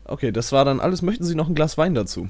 Okay, das war dann alles. Möchten Sie noch ein Glas Wein dazu?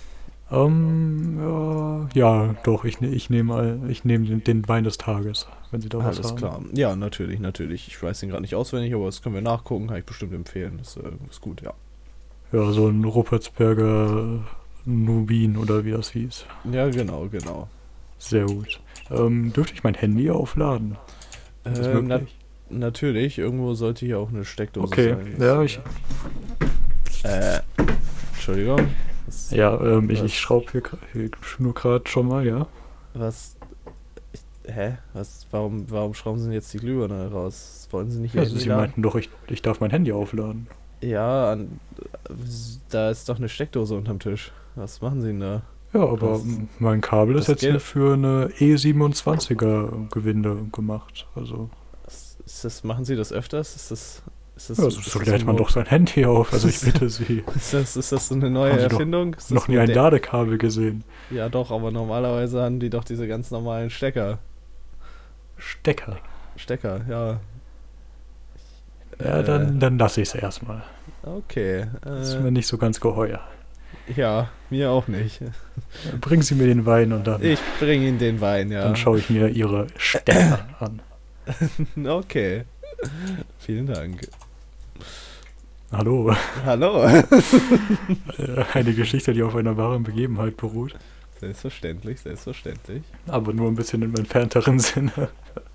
Ja, doch, ich nehme den Wein des Tages, wenn Sie da was Alles haben. klar. Ja, natürlich, natürlich. Ich weiß den gerade nicht auswendig, aber das können wir nachgucken. Kann ich bestimmt empfehlen. Das ist gut, ja. Ja, so ein Rupertsberger Nubin oder wie das hieß. Ja, genau, genau. Sehr gut. Dürfte ich mein Handy aufladen? Ist das Na, möglich? natürlich, irgendwo sollte hier auch eine Steckdose Okay, sein. ja, Äh, Entschuldigung. ich Was, schraube hier nur gerade schon mal, ja. was, hä? Warum schrauben Sie denn jetzt die Glühbirne raus? Wollen Sie nicht Ihr Ja, Handy Sie laden? meinten doch, ich darf mein Handy aufladen. Ja, da ist doch eine Steckdose unterm Tisch. Was machen Sie denn da? Ja, aber Was? mein Kabel ist Das jetzt hier geht. für eine E27er Gewinde gemacht. Also, Machen Sie das öfters? ja, so Ist das lädt man doch sein Handy auf. Also ich bitte Sie. ist das so eine neue Haben Sie doch Erfindung? Ist noch das nie ein modern? Ladekabel gesehen? Ja, doch, aber normalerweise haben die doch diese ganz normalen Stecker. Stecker, ja. Ja, Äh, dann lasse ich es erstmal. okay. Ist mir nicht so ganz geheuer. Ja, mir auch nicht. Bringen Sie mir den Wein und Ich bringe Ihnen den Wein, dann ja. schaue ich mir Ihre Stecker an. Okay. Vielen Dank. Hallo. Hallo. Eine Geschichte, die auf einer wahren Begebenheit beruht. Selbstverständlich, selbstverständlich. Aber nur ein bisschen im entfernteren Sinne.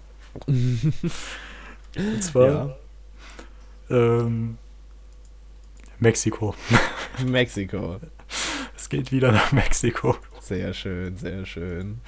Und zwar Ja, ähm, Mexiko. Mexiko. Es geht wieder nach Mexiko. Sehr schön, sehr schön.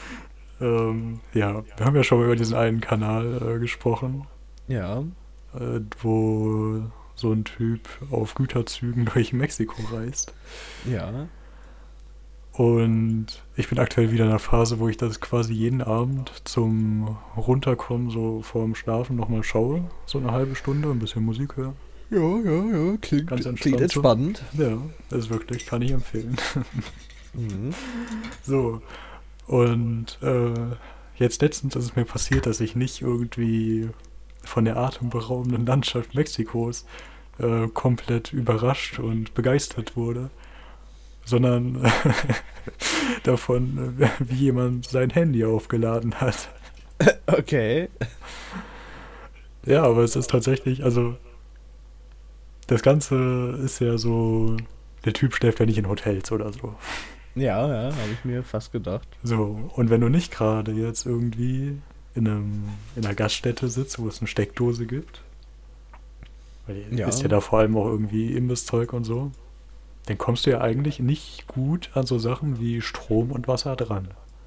Ja, wir haben ja schon mal über diesen einen Kanal gesprochen, Ja, wo so ein Typ auf Güterzügen durch Mexiko reist. ja. Und ich bin aktuell wieder in einer Phase, wo ich das quasi jeden Abend zum Runterkommen, so vorm Schlafen nochmal schaue. So eine halbe Stunde, ein bisschen Musik höre. Ja, ja, ja, Ganz klingt entspannt so. entspannend. Ja, das ist wirklich, kann ich empfehlen. Mhm. So, und jetzt letztens ist es mir passiert, dass ich nicht irgendwie von der atemberaubenden Landschaft Mexikos komplett überrascht und begeistert wurde, sondern davon, wie jemand sein Handy aufgeladen hat. Okay. Ja, aber es ist tatsächlich, also das Ganze ist ja so, der Typ schläft ja nicht in Hotels oder so. Ja, ja, habe ich mir fast gedacht. So, und wenn du nicht gerade jetzt irgendwie in einer Gaststätte sitzt, wo es eine Steckdose gibt, weil ihr Ja, isst ja da vor allem auch irgendwie Imbisszeug und so, dann kommst du ja eigentlich nicht gut an so Sachen wie Strom und Wasser dran.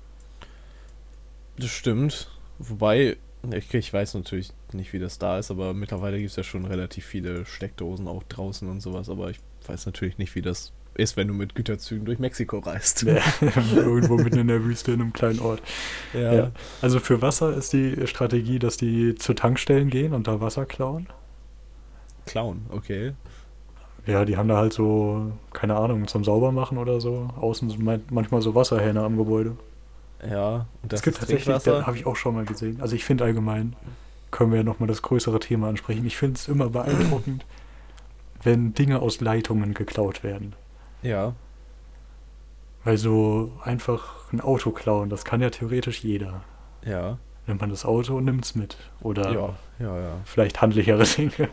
das stimmt. Wobei, ich weiß natürlich nicht, wie das da ist, aber mittlerweile gibt es ja schon relativ viele Steckdosen auch draußen und sowas, aber ich weiß natürlich nicht, wie das ist, wenn du mit Güterzügen durch Mexiko reist. Ja, irgendwo mitten in der Wüste in einem kleinen Ort. Ja. Ja. Also für Wasser ist die Strategie, dass die zu Tankstellen gehen und da Wasser klauen. Klauen, okay. Ja, die haben da halt so, keine Ahnung, zum Saubermachen oder so. Außen sind manchmal so Wasserhähne am Gebäude. Ja, und Es das gibt ist tatsächlich, da Trinkwasser? habe ich auch schon mal gesehen. Also ich finde allgemein, können wir ja nochmal das größere Thema ansprechen. Ich finde es immer beeindruckend, wenn Dinge aus Leitungen geklaut werden. Ja, Weil so einfach ein Auto klauen, das kann ja theoretisch jeder. ja, Nimmt man das Auto und nimmt es mit. Oder ja, ja, ja. vielleicht handlichere Dinge.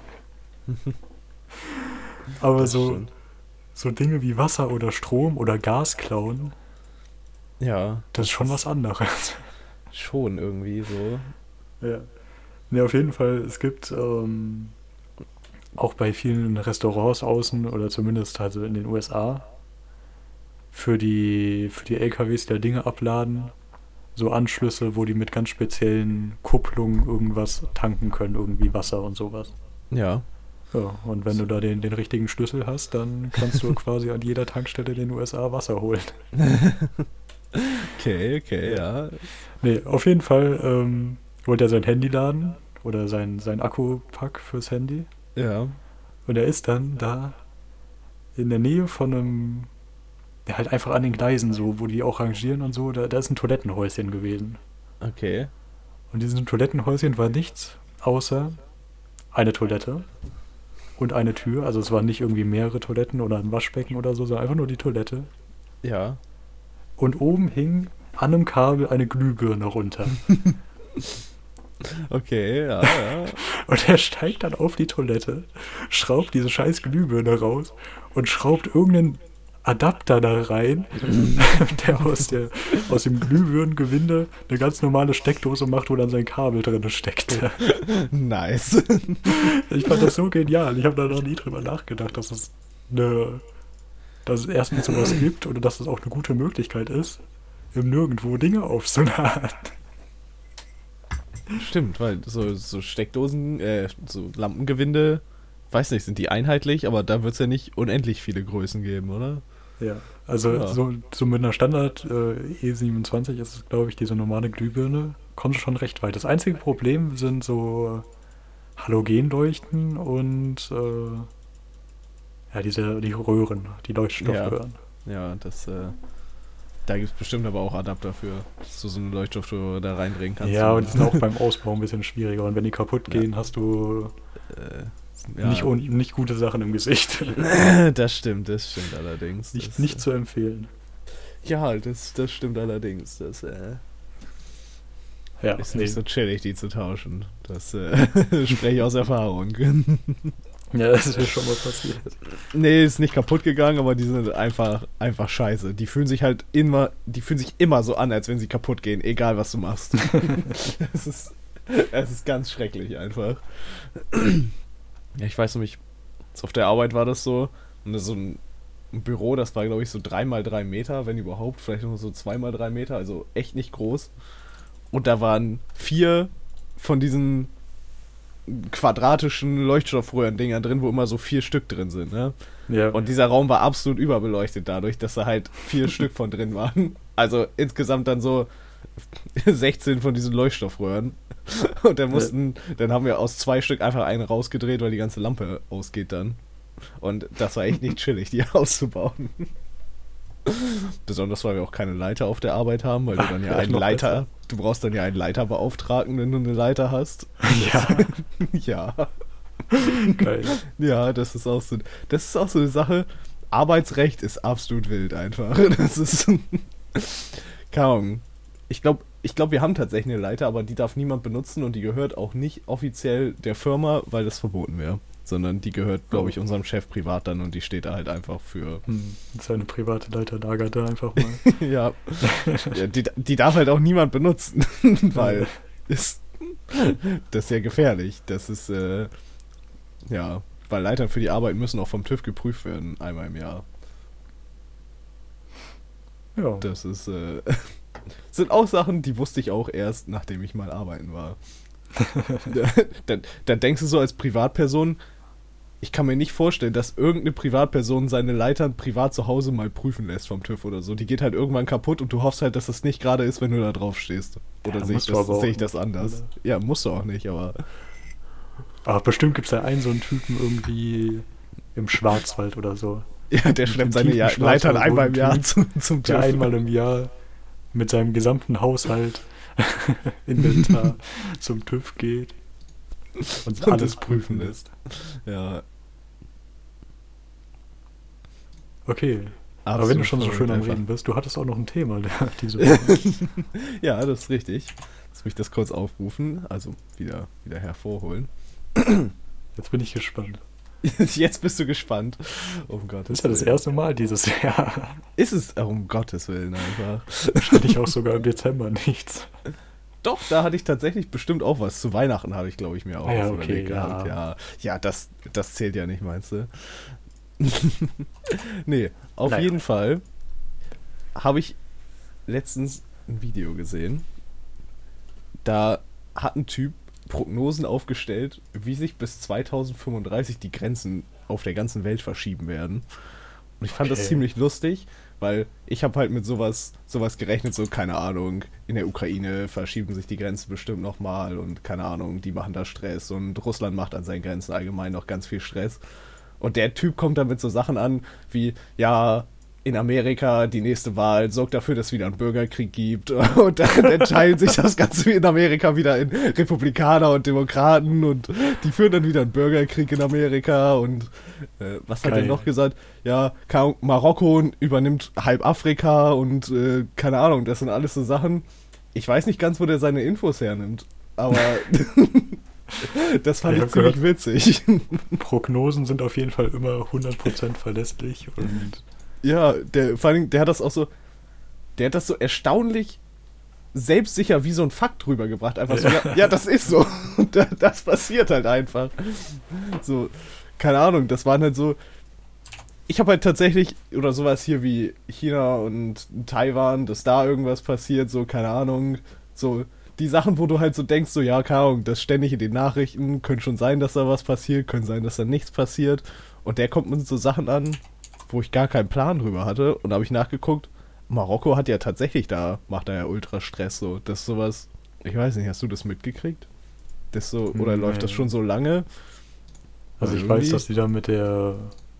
Aber Das so, stimmt. so Dinge wie Wasser oder Strom oder Gas klauen, Ja, das ist das schon was ist anderes. schon irgendwie so. Ja. Ne, auf jeden Fall, es gibt auch bei vielen Restaurants außen oder zumindest also in den USA für die LKWs, die da Dinge abladen, so Anschlüsse, wo die mit ganz speziellen Kupplungen irgendwas tanken können, irgendwie Wasser und sowas. Ja. Ja, und wenn du da den richtigen Schlüssel hast, dann kannst du quasi an jeder Tankstelle in den USA Wasser holen. Okay, okay, Ja. ja. Nee, auf jeden Fall wollte er sein Handy laden oder sein Akkupack fürs Handy. Ja, Und er ist dann da in der Nähe von einem, ja, halt einfach an den Gleisen so, wo die auch rangieren und so, da ist ein Toilettenhäuschen gewesen. okay. Und in diesem Toilettenhäuschen war nichts außer eine Toilette und eine Tür. Also es waren nicht irgendwie mehrere Toiletten oder ein Waschbecken oder so, sondern einfach nur die Toilette. Ja. Und oben hing an einem Kabel eine Glühbirne runter. Okay, ja, ja. Und er steigt dann auf die Toilette, schraubt diese scheiß Glühbirne raus und schraubt irgendeinen Adapter da rein, der aus dem Glühbirnengewinde eine ganz normale Steckdose macht, wo dann sein Kabel drin steckt. Nice. Ich fand das so genial. Ich habe da noch nie drüber nachgedacht, dass es erstens sowas gibt oder dass es auch eine gute Möglichkeit ist, im Nirgendwo Dinge aufzuladen. Stimmt, weil so Steckdosen, so Lampengewinde, weiß nicht, sind die einheitlich, aber da wird es ja nicht unendlich viele Größen geben, oder? Ja, also Ja. so mit einer Standard E27 ist es, glaube ich, diese normale Glühbirne, kommt schon recht weit. Das einzige Problem sind so Halogenleuchten und die Röhren, die Leuchtstoffröhren. Ja, da gibt es bestimmt aber auch Adapter für, dass du so eine Leuchtstoffröhre da reinbringen kannst. Ja, und die sind auch beim Ausbau ein bisschen schwieriger. Und wenn die kaputt gehen, hast du ja, nicht gute Sachen im Gesicht. das stimmt allerdings. Nicht zu empfehlen. Ja, das stimmt allerdings. Das Ja, ist nee. nicht so chillig, die zu tauschen. Das spreche ich aus Erfahrung. Ja, das ist mir schon mal passiert. Nee, ist nicht kaputt gegangen, aber die sind einfach scheiße. Die fühlen sich immer so an, als wenn sie kaputt gehen, egal was du machst. es ist ganz schrecklich einfach. Ja, ich weiß nämlich, auf der Arbeit war das so, und so ein Büro, das war glaube ich so 3x3 Meter, wenn überhaupt, vielleicht nur so 2x3 Meter, also echt nicht groß. Und da waren 4 von diesen quadratischen Leuchtstoffröhren-Dinger drin, wo immer so 4 Stück drin sind, ne? Ja. Und dieser Raum war absolut überbeleuchtet dadurch, dass da halt 4 Stück von drin waren. Also insgesamt dann so 16 von diesen Leuchtstoffröhren. Und dann haben wir aus 2 Stück einfach einen rausgedreht, weil die ganze Lampe ausgeht dann. Und das war echt nicht chillig, die auszubauen. Besonders, weil wir auch keine Leiter auf der Arbeit haben, weil du dann ja einen Leiter, du brauchst dann ja einen Leiterbeauftragten, wenn du eine Leiter hast. Ja. Ja. Geil. Ja, das ist auch so eine Sache. Arbeitsrecht ist absolut wild einfach. Das ist keine Ahnung. Ich glaube, wir haben tatsächlich eine Leiter, aber die darf niemand benutzen und die gehört auch nicht offiziell der Firma, weil das verboten wäre. Sondern die gehört, glaube ich, unserem Chef privat dann und die steht da halt einfach für... Seine private Leiter lagert da einfach mal. Ja, die darf halt auch niemand benutzen, weil das ist ja gefährlich. Das ist, weil Leitern für die Arbeit müssen auch vom TÜV geprüft werden, einmal im Jahr. Ja. Das ist, sind auch Sachen, die wusste ich auch erst, nachdem ich mal arbeiten war. Dann denkst du so als Privatperson, ich kann mir nicht vorstellen, dass irgendeine Privatperson seine Leitern privat zu Hause mal prüfen lässt vom TÜV oder so. Die geht halt irgendwann kaputt und du hoffst halt, dass das nicht gerade ist, wenn du da drauf stehst. Oder Ja, sehe ich das anders? Oder? Ja, musst du auch nicht, aber... Aber bestimmt gibt es ja einen so einen Typen irgendwie im Schwarzwald oder so. Ja, der schleppt seine tiefen Leitern Schwarzwald einmal im Jahr wohnt zum Der TÜV. einmal im Jahr mit seinem gesamten Haushalt Inventar zum TÜV geht und alles prüfen lässt. Ja. Okay. Aber wenn du schon so schön am Reden bist, du hattest auch noch ein Thema diese Woche. Ja, das ist richtig. Lass mich das kurz aufrufen, also wieder hervorholen. Jetzt bin ich gespannt. Jetzt bist du gespannt. Um Das Gottes ist ja das Willen. erste Mal dieses Jahr. Ist es, um Gottes Willen einfach. Wahrscheinlich auch sogar im Dezember nichts. Doch, da hatte ich tatsächlich bestimmt auch was. Zu Weihnachten hatte ich, glaube ich, mir auch Ah ja, was okay, überlegt ja. gehabt. Ja, das zählt ja nicht, meinst du? Nee, auf Naja. jeden Fall habe ich letztens ein Video gesehen. Da hat ein Typ Prognosen aufgestellt, wie sich bis 2035 die Grenzen auf der ganzen Welt verschieben werden. Und ich fand das ziemlich lustig, weil ich habe halt mit sowas gerechnet, so keine Ahnung, in der Ukraine verschieben sich die Grenzen bestimmt nochmal und keine Ahnung, die machen da Stress und Russland macht an seinen Grenzen allgemein noch ganz viel Stress. Und der Typ kommt dann mit so Sachen an wie, ja, in Amerika die nächste Wahl sorgt dafür, dass es wieder einen Bürgerkrieg gibt und dann entscheidet sich das Ganze in Amerika wieder in Republikaner und Demokraten und die führen dann wieder einen Bürgerkrieg in Amerika und was hat er noch gesagt? Ja, Marokko übernimmt halb Afrika und keine Ahnung, das sind alles so Sachen. Ich weiß nicht ganz, wo der seine Infos hernimmt, aber das fand ich ziemlich witzig. Prognosen sind auf jeden Fall immer 100% verlässlich und ja, vor allem, der hat das so erstaunlich selbstsicher wie so ein Fakt rübergebracht. Einfach so, ja, das ist so. Und das passiert halt einfach. So, keine Ahnung, das waren halt so. Ich habe halt tatsächlich, oder sowas hier wie China und Taiwan, dass da irgendwas passiert, so, keine Ahnung. So, die Sachen, wo du halt so denkst, so, ja, keine Ahnung, das ständig in den Nachrichten, könnte schon sein, dass da was passiert, könnte sein, dass da nichts passiert. Und der kommt mit so Sachen an, wo ich gar keinen Plan drüber hatte. Und da habe ich nachgeguckt, Marokko hat ja tatsächlich macht er ja Ultrastress so. Das ist sowas, ich weiß nicht, hast du das mitgekriegt? Das so, oder läuft das schon so lange? Also ich weiß, dass die da mit der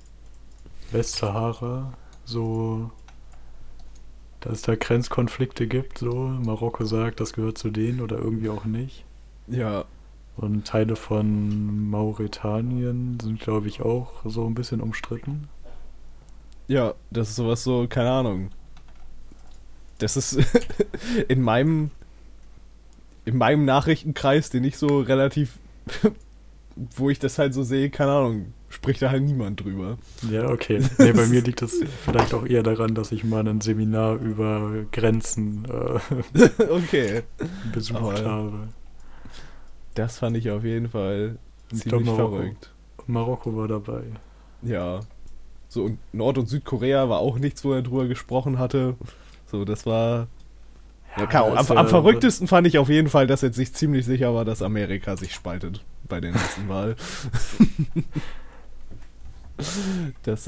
Westsahara so, dass es da Grenzkonflikte gibt, so. Marokko sagt, das gehört zu denen oder irgendwie auch nicht. Ja. Und Teile von Mauretanien sind, glaube ich, auch so ein bisschen umstritten. Ja, das ist sowas so, keine Ahnung. Das ist in meinem Nachrichtenkreis, den ich so relativ, wo ich das halt so sehe, keine Ahnung, spricht da halt niemand drüber. Ja, okay. Nee, bei mir liegt das vielleicht auch eher daran, dass ich mal ein Seminar über Grenzen okay. besucht habe. Das fand ich auf jeden Fall ziemlich verrückt. Marokko war dabei. Ja. So, und Nord- und Südkorea war auch nichts, wo er drüber gesprochen hatte. So, das war... Ja, am verrücktesten fand ich auf jeden Fall, dass er sich ziemlich sicher war, dass Amerika sich spaltet bei der nächsten Wahl. Das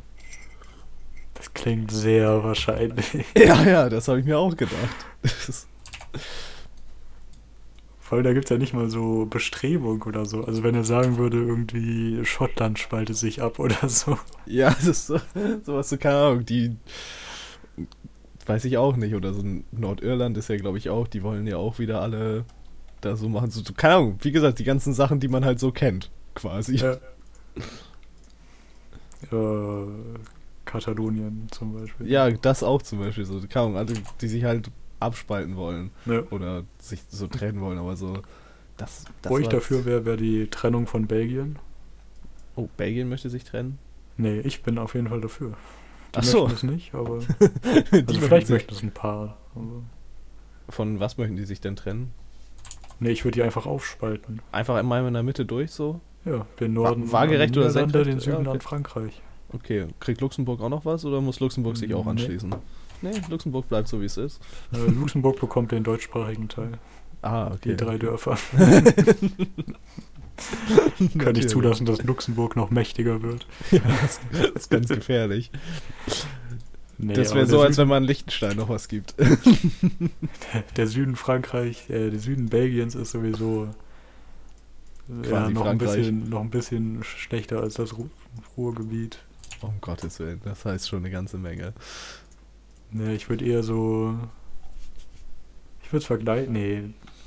klingt sehr wahrscheinlich. Ja, das habe ich mir auch gedacht. Vor allem, da gibt es ja nicht mal so Bestrebung oder so. Also wenn er sagen würde, irgendwie Schottland spaltet sich ab oder so. Ja, das ist sowas, so, keine Ahnung, die weiß ich auch nicht. Oder so Nordirland ist ja, glaube ich, auch, die wollen ja auch wieder alle da so machen. So, keine Ahnung, wie gesagt, die ganzen Sachen, die man halt so kennt, quasi. Ja. Katalonien zum Beispiel. Ja, das auch zum Beispiel so. Keine Ahnung, alle, die sich halt abspalten wollen. Ja. Oder sich so trennen wollen, aber so. Das wo ich dafür wäre die Trennung von Belgien. Oh, Belgien möchte sich trennen? Nee, ich bin auf jeden Fall dafür. Die Ach so. möchten es nicht, aber. Also vielleicht möchten es ein paar. Aber von was möchten die sich denn trennen? Nee, ich würde die einfach aufspalten. Einfach einmal in der Mitte durch so? Ja, den Norden waagerecht oder senkrecht? den Süden ja, okay. an Frankreich. Okay, kriegt Luxemburg auch noch was oder muss Luxemburg sich auch anschließen? Nee, Luxemburg bleibt so, wie es ist. Luxemburg bekommt den deutschprachigen Teil. Ah, okay. Die 3 Dörfer. Kann nicht zulassen, dass Luxemburg noch mächtiger wird. Ja, das ist ganz gefährlich. Nee, das wäre so, als wenn man Liechtenstein noch was gibt. Der Süden Frankreich, der Süden Belgiens ist sowieso noch ein bisschen schlechter als das Ruhrgebiet. Um Gottes Willen, das heißt schon eine ganze Menge. Ne, ich würde eher so... Ich würde es vergleichen... Nee.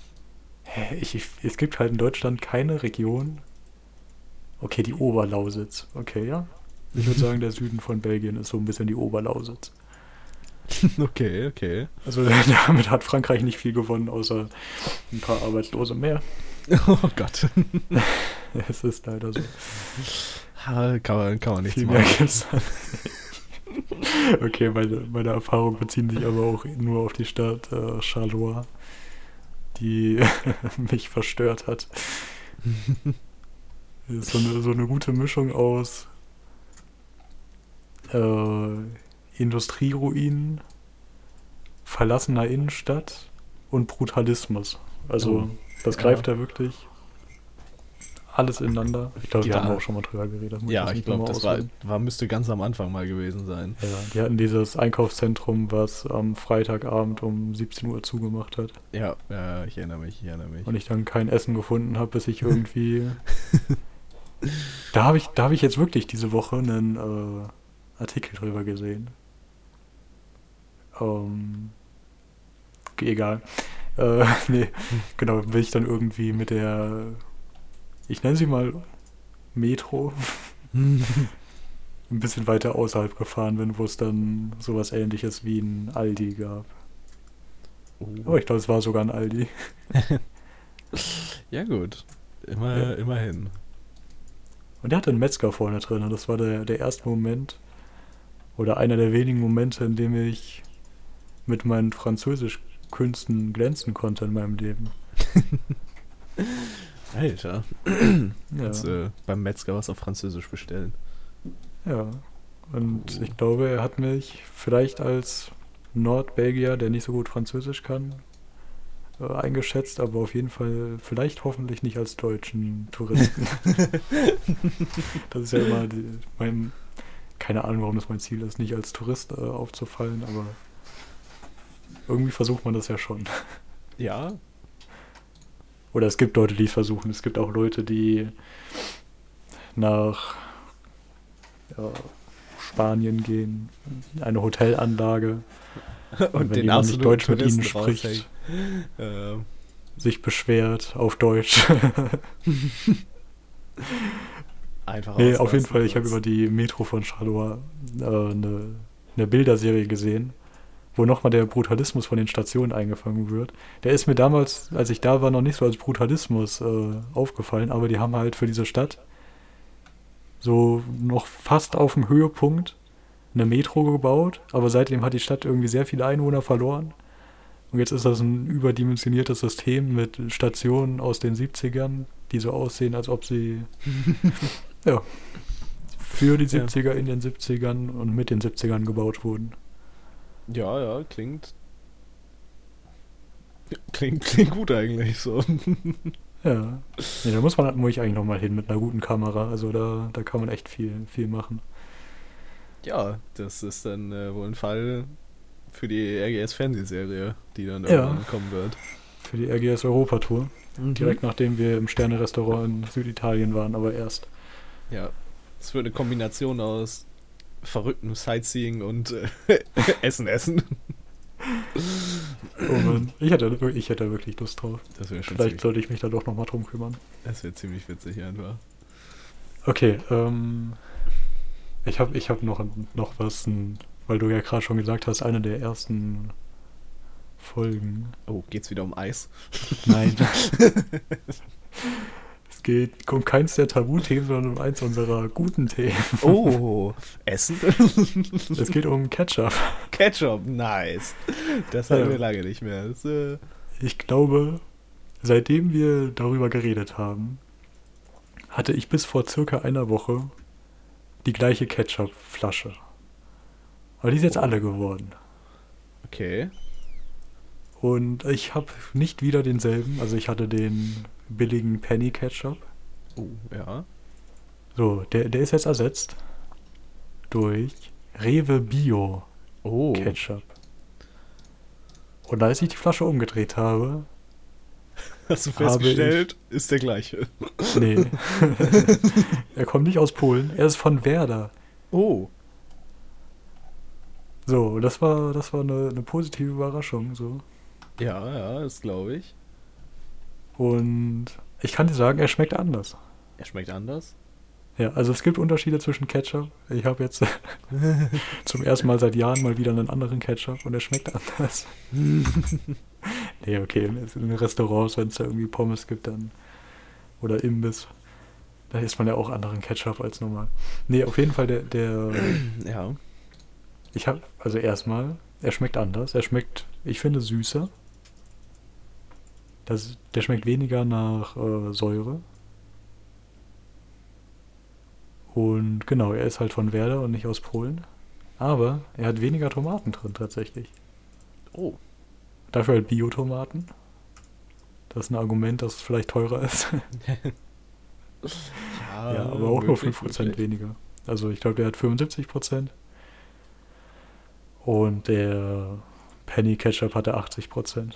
Es gibt halt in Deutschland keine Region... Okay, die Oberlausitz. Okay, ja. Ich würde sagen, der Süden von Belgien ist so ein bisschen die Oberlausitz. Okay. Also damit hat Frankreich nicht viel gewonnen, außer ein paar Arbeitslose mehr. Oh Gott. Es ist leider so. Kann man nichts viel machen. Mehr gibt's dann. Okay, meine Erfahrungen beziehen sich aber auch nur auf die Stadt Charleroi, die mich verstört hat. Das ist so eine gute Mischung aus Industrieruinen, verlassener Innenstadt und Brutalismus. Also das greift da wirklich alles ineinander. Ich glaube, da haben wir auch schon mal drüber geredet. Ja, ich glaube, das müsste ganz am Anfang mal gewesen sein. Ja, die hatten dieses Einkaufszentrum, was am Freitagabend um 17 Uhr zugemacht hat. Ja, ich erinnere mich. Und ich dann kein Essen gefunden habe, bis ich irgendwie... Da hab ich jetzt wirklich diese Woche einen Artikel drüber gesehen. Ähm, egal. Nee, genau, bin ich dann irgendwie mit der, ich nenne sie mal Metro, ein bisschen weiter außerhalb gefahren bin, wo es dann sowas ähnliches wie ein Aldi gab. Oh. Aber ich glaube, es war sogar ein Aldi. Ja, gut. Ja. Immerhin. Und der hatte einen Metzger vorne drin. Und das war der erste Moment oder einer der wenigen Momente, in dem ich mit meinen Französischkünsten glänzen konnte in meinem Leben. Alter. Ja, Kannst beim Metzger was auf Französisch bestellen. ja. Und Cool. ich glaube, er hat mich vielleicht als Nordbelgier, der nicht so gut Französisch kann, eingeschätzt, aber auf jeden Fall vielleicht hoffentlich nicht als deutschen Touristen. Das ist ja immer keine Ahnung, warum das mein Ziel ist, nicht als Tourist aufzufallen, aber irgendwie versucht man das ja schon. Ja. Oder es gibt Leute, die es versuchen. Es gibt auch Leute, die nach ja, Spanien gehen, in eine Hotelanlage und Und wenn den jemand nicht absoluten Deutsch mit ihnen Touristen raushängt. spricht, sich beschwert auf Deutsch. Einfach Nee, auf jeden auslassen Fall, ich habe kurz. über die Metro von Charleroi eine Bilderserie gesehen, wo nochmal der Brutalismus von den Stationen eingefangen wird. Der ist mir damals, als ich da war, noch nicht so als Brutalismus aufgefallen, aber die haben halt für diese Stadt so noch fast auf dem Höhepunkt eine Metro gebaut, aber seitdem hat die Stadt irgendwie sehr viele Einwohner verloren. Und jetzt ist das ein überdimensioniertes System mit Stationen aus den 70ern, die so aussehen, als ob sie ja, für die Ja. 70er in den 70ern und mit den 70ern gebaut wurden. Ja, ja, klingt gut eigentlich so. Ja. Nee, da muss ich eigentlich nochmal hin mit einer guten Kamera. Also da kann man echt viel machen. Ja, das ist dann wohl ein Fall für die RGS-Fernsehserie, die dann Ja, irgendwann kommen wird. für die RGS Europa-Tour. Mhm. Direkt nachdem wir im Sterne-Restaurant in Süditalien waren, aber erst. Ja, es wird eine Kombination aus verrücktem Sightseeing und Essen. Oh Mann, ich hätte wirklich Lust drauf. Das wäre schon Vielleicht ziemlich, sollte ich mich da doch nochmal drum kümmern. das wäre ziemlich witzig einfach. Okay, ich hab noch was, weil du ja gerade schon gesagt hast, eine der ersten Folgen. Oh, geht's wieder um Eis? Nein. Es geht um keins der Tabuthemen, sondern um eins unserer guten Themen. Oh, Essen? Es geht um Ketchup. Ketchup, nice. Das hatten Ja. wir lange nicht mehr. Das, Ich glaube, seitdem wir darüber geredet haben, hatte ich bis vor circa einer Woche die gleiche Ketchup-Flasche. Aber die ist jetzt alle geworden. okay. Und ich habe nicht wieder denselben. Also ich hatte den billigen Penny Ketchup. Oh, ja. So, der ist jetzt ersetzt durch Rewe Bio Oh, Ketchup. Und als ich die Flasche umgedreht habe, hast du habe festgestellt, ist der gleiche. nee, er kommt nicht aus Polen, er ist von Werder. Oh, So, das war eine positive Überraschung. So. ja, das glaube ich. Und ich kann dir sagen, er schmeckt anders. Er schmeckt anders. Ja, also es gibt Unterschiede zwischen Ketchup. Ich habe jetzt zum ersten Mal seit Jahren mal wieder einen anderen Ketchup und er schmeckt anders. Nee, okay, in Restaurants, wenn es da irgendwie Pommes gibt, dann oder Imbiss, da isst man ja auch anderen Ketchup als normal. Nee, auf jeden Fall Ja. also erstmal, er schmeckt anders. Er schmeckt, ich finde, süßer. Der schmeckt weniger nach Säure. Und genau, er ist halt von Werder und nicht aus Polen. Aber er hat weniger Tomaten drin tatsächlich. Oh. Dafür halt Biotomaten. Das ist ein Argument, dass es vielleicht teurer ist. Ja, aber auch nur 5% weniger. Also ich glaube, der hat 75%. Und der Penny Ketchup hatte 80%.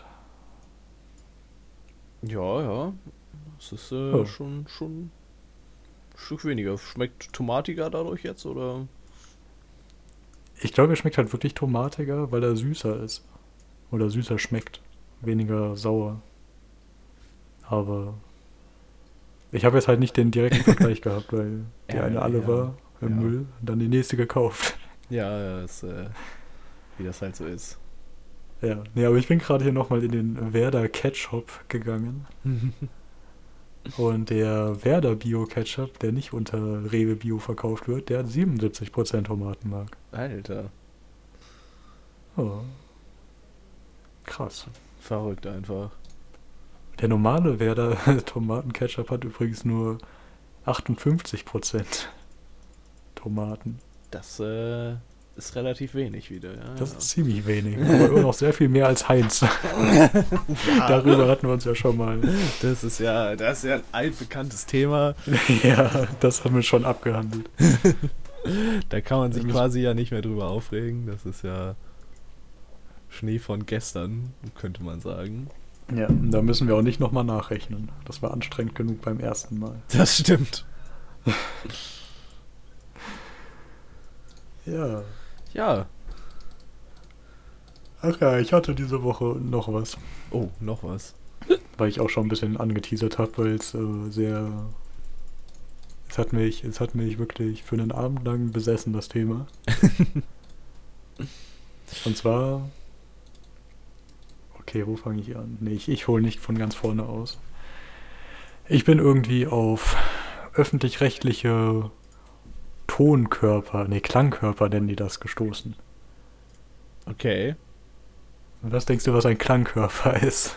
Ja. Das ist Oh. schon ein Stück weniger. Schmeckt tomatiger dadurch jetzt, oder? Ich glaube, er schmeckt halt wirklich tomatiger, weil er süßer ist. Oder süßer schmeckt. Weniger sauer. Aber ich habe jetzt halt nicht den direkten Vergleich gehabt, weil die Ja, eine alle ja, war im ja. Müll und dann die nächste gekauft. Ja, wie das halt so ist. Ja, nee, aber ich bin gerade hier nochmal in den Werder Ketchup gegangen. Und der Werder Bio Ketchup, der nicht unter Rewe Bio verkauft wird, der hat 77% Tomatenmark. Alter, Oh, krass. verrückt einfach. Der normale Werder Tomatenketchup hat übrigens nur 58% Tomaten. Das ist relativ wenig wieder, ja. Das Ja. ist ziemlich wenig, aber immer noch sehr viel mehr als Heinz. Darüber hatten wir uns ja schon mal. Das ist ja ein altbekanntes Thema. Ja, das haben wir schon abgehandelt. Da kann man sich quasi ja nicht mehr drüber aufregen. Das ist ja Schnee von gestern, könnte man sagen. Ja, da müssen wir auch nicht nochmal nachrechnen. Das war anstrengend genug beim ersten Mal. Das stimmt. Ja. Ja. Ach ja, ich hatte diese Woche noch was. Oh, noch was. Weil ich auch schon ein bisschen angeteasert habe, weil es sehr... Es hat mich wirklich für einen Abend lang besessen, das Thema. Und zwar... Okay, wo fange ich an? Nee, ich hole nicht von ganz vorne aus. Ich bin irgendwie auf öffentlich-rechtliche Klangkörper nennen die das, gestoßen. Okay. Und was denkst du, was ein Klangkörper ist?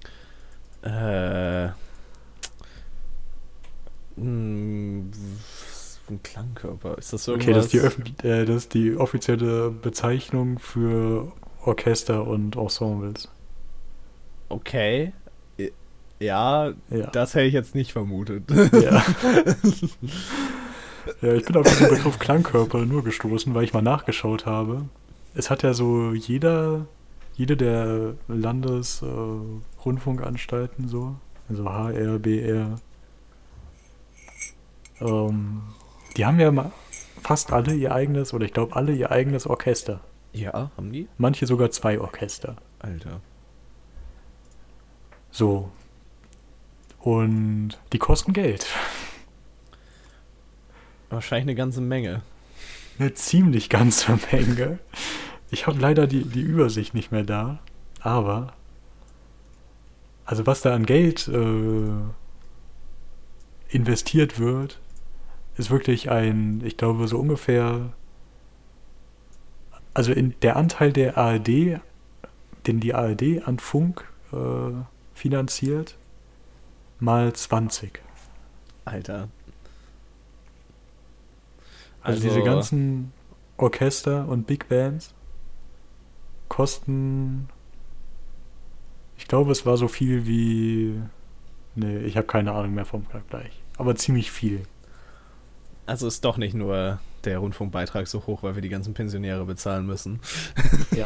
Ein Klangkörper. Ist das irgendwas? Okay, das ist die offizielle Bezeichnung für Orchester und Ensembles. Okay. Ja, Ja. das hätte ich jetzt nicht vermutet. Ja. Ja, ich bin auf diesen Begriff Klangkörper nur gestoßen, weil ich mal nachgeschaut habe. Es hat ja so jede der Landesrundfunkanstalten so, also HR, BR, die haben ja fast alle ihr eigenes, oder ich glaube alle ihr eigenes Orchester. Ja, haben die? Manche sogar 2 Orchester. Alter. So. Und die kosten Geld. Wahrscheinlich eine ganze Menge. Eine ziemlich ganze Menge. Ich habe leider die Übersicht nicht mehr da. Aber, also was da an Geld investiert wird, ist wirklich ich glaube so ungefähr, also der Anteil der ARD, den die ARD an Funk finanziert, mal 20. Alter. Also diese ganzen Orchester und Big Bands kosten, ich glaube, es war so viel wie, nee, ich habe keine Ahnung mehr vom Vergleich, aber ziemlich viel. Also ist doch nicht nur der Rundfunkbeitrag so hoch, weil wir die ganzen Pensionäre bezahlen müssen. Ja.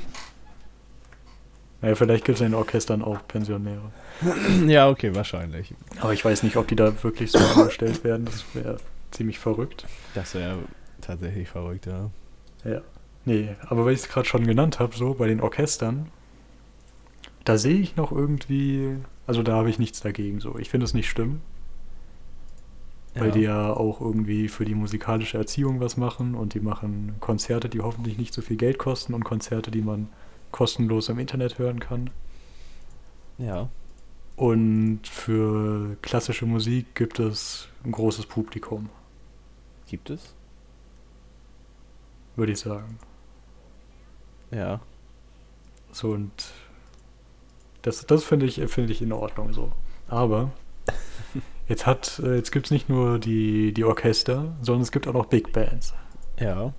Naja, vielleicht gibt es in den Orchestern auch Pensionäre. Ja, okay, wahrscheinlich. Aber ich weiß nicht, ob die da wirklich so angestellt werden. Das wäre ziemlich verrückt. Das wäre tatsächlich verrückt, ja. Ja. Nee, aber weil ich es gerade schon genannt habe, so bei den Orchestern, da sehe ich noch irgendwie, also da habe ich nichts dagegen. So, ich finde es nicht schlimm, weil die ja auch irgendwie für die musikalische Erziehung was machen und die machen Konzerte, die hoffentlich nicht so viel Geld kosten und Konzerte, die man kostenlos im Internet hören kann. Ja. Und für klassische Musik gibt es ein großes Publikum, Gibt es? würde ich sagen. Ja. So, und das finde ich in Ordnung so. Aber jetzt gibt es nicht nur die Orchester, sondern es gibt auch noch Big Bands. Ja.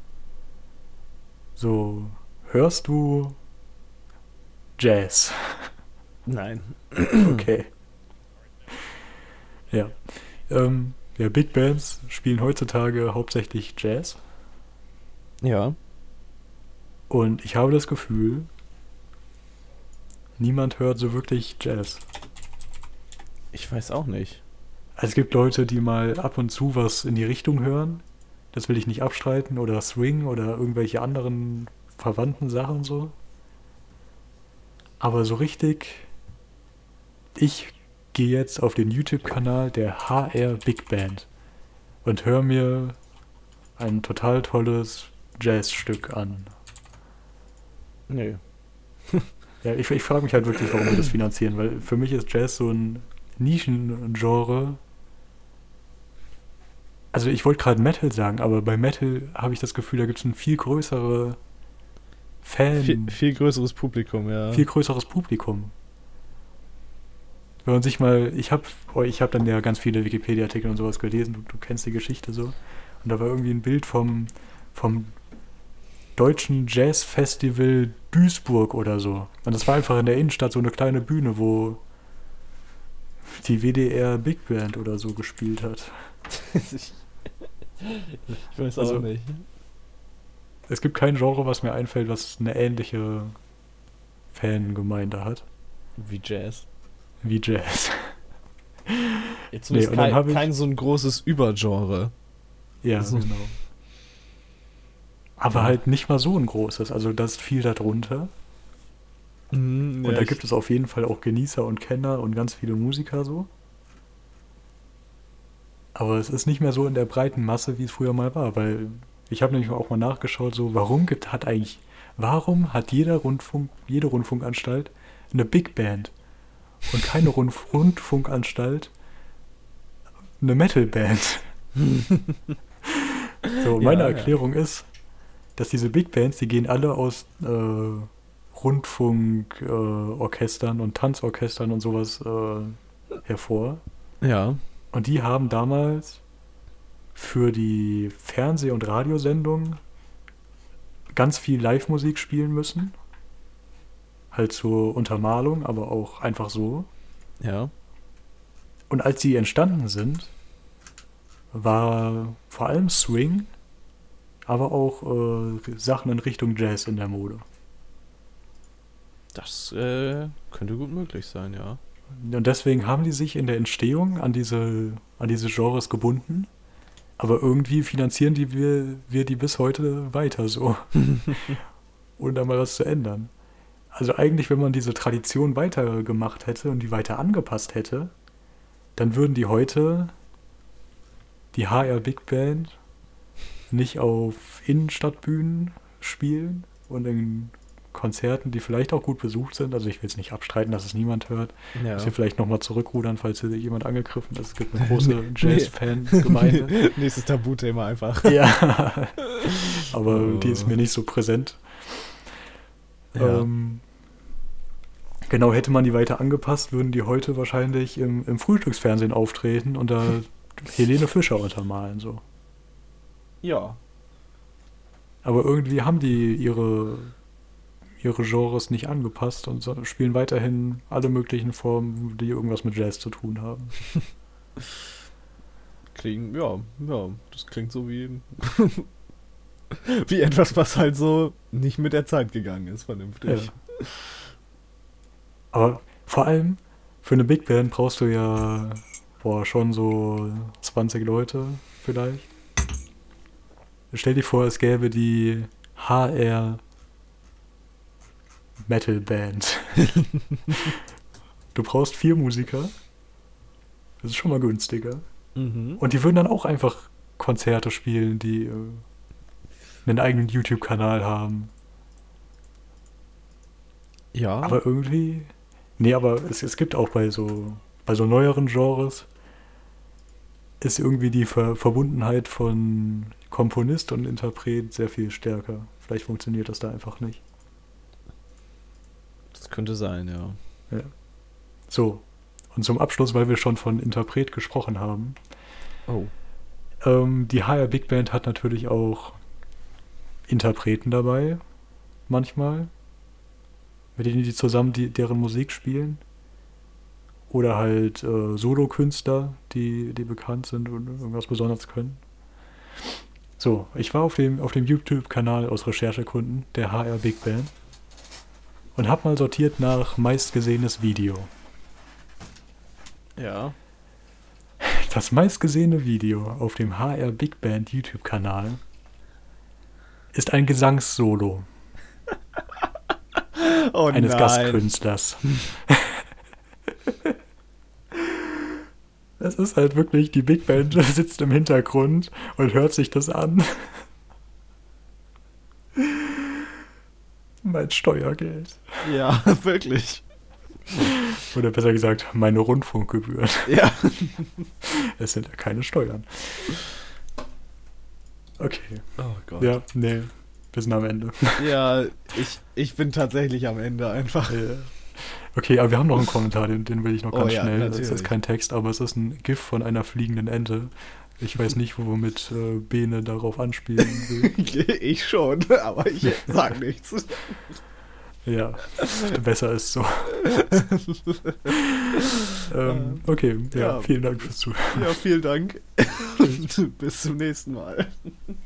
So, hörst du Jazz? Nein. Okay. Ja. Ja, Big Bands spielen heutzutage hauptsächlich Jazz. Ja. Und ich habe das Gefühl, niemand hört so wirklich Jazz. Ich weiß auch nicht. Also es gibt Leute, die mal ab und zu was in die Richtung hören, Das will ich nicht abstreiten. Oder Swing oder irgendwelche anderen verwandten Sachen so. Aber so richtig, ich gehe jetzt auf den YouTube-Kanal der HR Big Band und höre mir ein total tolles Jazzstück an. Nee. Ja, ich frage mich halt wirklich, warum wir das finanzieren, weil für mich ist Jazz so ein Nischengenre. Also ich wollte gerade Metal sagen, aber bei Metal habe ich das Gefühl, da gibt es ein viel größere Viel größeres Publikum, ja. viel größeres Publikum. Wenn man sich mal, ich hab dann ja ganz viele Wikipedia-Artikel und sowas gelesen, du kennst die Geschichte so. Und da war irgendwie ein Bild vom Deutschen Jazzfestival Duisburg oder so. Und das war einfach in der Innenstadt so eine kleine Bühne, wo die WDR Big Band oder so gespielt hat. Ich weiß Also- auch nicht. Es gibt kein Genre, was mir einfällt, was eine ähnliche Fangemeinde hat Wie Jazz. wie Jazz. Jetzt Nee, ist und dann hab ich- kein so ein großes Übergenre. Ja, So. genau. Aber Ja. halt nicht mal so ein großes. Also da ist viel darunter. Mhm, Und da gibt es auf jeden Fall auch Genießer und Kenner und ganz viele Musiker so. Aber es ist nicht mehr so in der breiten Masse, wie es früher mal war, weil ich habe nämlich auch mal nachgeschaut, so warum hat jede Rundfunkanstalt eine Big Band und keine Rundfunkanstalt eine Metal-Band? So, meine Ja, ja. Erklärung ist, dass diese Big Bands, die gehen alle aus Rundfunkorchestern und Tanzorchestern und sowas hervor. Ja. Und die haben damals für die Fernseh- und Radiosendungen ganz viel Live-Musik spielen müssen. Halt zur Untermalung, aber auch einfach so. Ja. Und als die entstanden sind, war vor allem Swing, aber auch Sachen in Richtung Jazz in der Mode. Das könnte gut möglich sein, ja. Und deswegen haben die sich in der Entstehung an diese Genres gebunden. Aber irgendwie finanzieren wir die bis heute weiter so. Ohne da mal was zu ändern. Also eigentlich, wenn man diese Tradition weitergemacht hätte und die weiter angepasst hätte, dann würden die heute, die HR Big Band, nicht auf Innenstadtbühnen spielen und in Konzerten, die vielleicht auch gut besucht sind. Also ich will es nicht abstreiten, dass es niemand hört. Ja. Muss hier vielleicht nochmal zurückrudern, falls hier jemand angegriffen ist. Es gibt eine große Jazz-Fan-Gemeinde. Nächstes Tabuthema einfach. Ja, aber die ist mir nicht so präsent. Ja. Genau, hätte man die weiter angepasst, würden die heute wahrscheinlich im Frühstücksfernsehen auftreten und da Helene Fischer untermalen. So. Ja. Aber irgendwie haben die ihre Genres nicht angepasst und spielen weiterhin alle möglichen Formen, die irgendwas mit Jazz zu tun haben. Das klingt so wie wie etwas, was halt so nicht mit der Zeit gegangen ist, vernünftig. Ja. Aber vor allem für eine Big Band brauchst du ja schon so 20 Leute vielleicht. Stell dir vor, es gäbe die HR Metal Band. Du brauchst 4 Musiker. Das ist schon mal günstiger. Mhm. Und die würden dann auch einfach Konzerte spielen, die einen eigenen YouTube-Kanal haben. Ja. Aber irgendwie... Nee, aber es gibt auch bei so neueren Genres ist irgendwie die Verbundenheit von Komponist und Interpret sehr viel stärker. Vielleicht funktioniert das da einfach nicht. Das könnte sein, ja. So, und zum Abschluss, weil wir schon von Interpret gesprochen haben. Oh. Die HR Big Band hat natürlich auch Interpreten dabei, manchmal, mit denen die zusammen deren Musik spielen. Oder halt Solokünstler, die bekannt sind und irgendwas Besonderes können. So, ich war auf dem YouTube-Kanal aus Recherchegründen der HR Big Band und habe mal sortiert nach meistgesehenes Video. Ja. Das meistgesehene Video auf dem HR Big Band YouTube-Kanal ist ein Gesangssolo Oh eines nein. Gastkünstlers. Das ist halt wirklich, die Big Band sitzt im Hintergrund und hört sich das an. Mein Steuergeld. Ja, wirklich. Oder besser gesagt, meine Rundfunkgebühren. Ja. Es sind ja keine Steuern. Okay. Oh Gott. Ja, nee. Wir sind am Ende. Ja, ich bin tatsächlich am Ende einfach. Okay, aber wir haben noch einen Kommentar, den will ich noch ganz schnell. Das ist natürlich. jetzt kein Text, aber es ist ein GIF von einer fliegenden Ente. Ich weiß nicht, womit Bene darauf anspielen will. Ich schon, aber ich sag nichts. Ja, besser ist so. Okay, ja, Ja. vielen Dank fürs Zuhören. Ja, vielen Dank. Bis zum nächsten Mal.